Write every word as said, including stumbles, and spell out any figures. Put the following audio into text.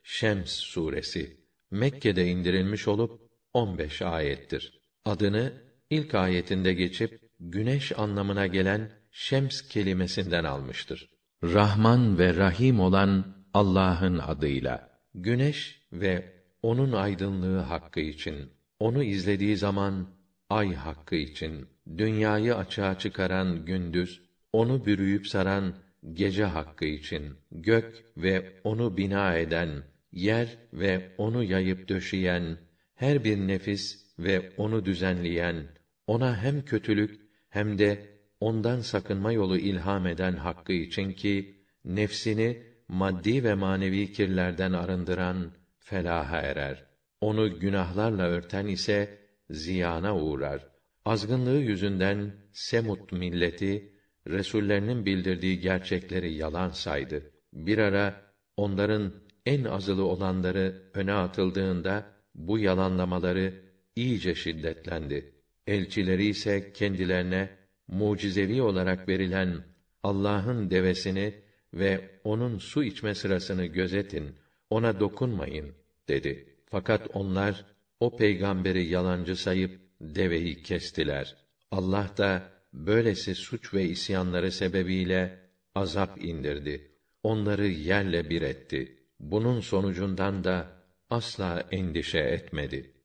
Şems suresi Mekke'de indirilmiş olup on beş ayettir. Adını ilk ayetinde geçip güneş anlamına gelen şems kelimesinden almıştır. Rahman ve Rahim olan Allah'ın adıyla. Güneş ve onun aydınlığı hakkı için, onu izlediği zaman ay hakkı için, dünyayı açığa çıkaran gündüz, onu bürüyüp saran gece hakkı için, gök ve onu bina eden, yer ve onu yayıp döşeyen, her bir nefis ve onu düzenleyen, ona hem kötülük hem de ondan sakınma yolu ilham eden hakkı için ki, nefsini maddi ve manevi kirlerden arındıran felaha erer. Onu günahlarla örten ise ziyana uğrar. Azgınlığı yüzünden Semut milleti resullerinin bildirdiği gerçekleri yalan saydı. Bir ara onların en azılı olanları öne atıldığında bu yalanlamaları iyice şiddetlendi. Elçileri ise kendilerine mucizevi olarak verilen Allah'ın devesini ve onun su içme sırasını gözetin, ona dokunmayın dedi. Fakat onlar o peygamberi yalancı sayıp deveyi kestiler. Allah da böylesi suç ve isyanları sebebiyle azap indirdi. Onları yerle bir etti. Bunun sonucundan da asla endişe etmedi.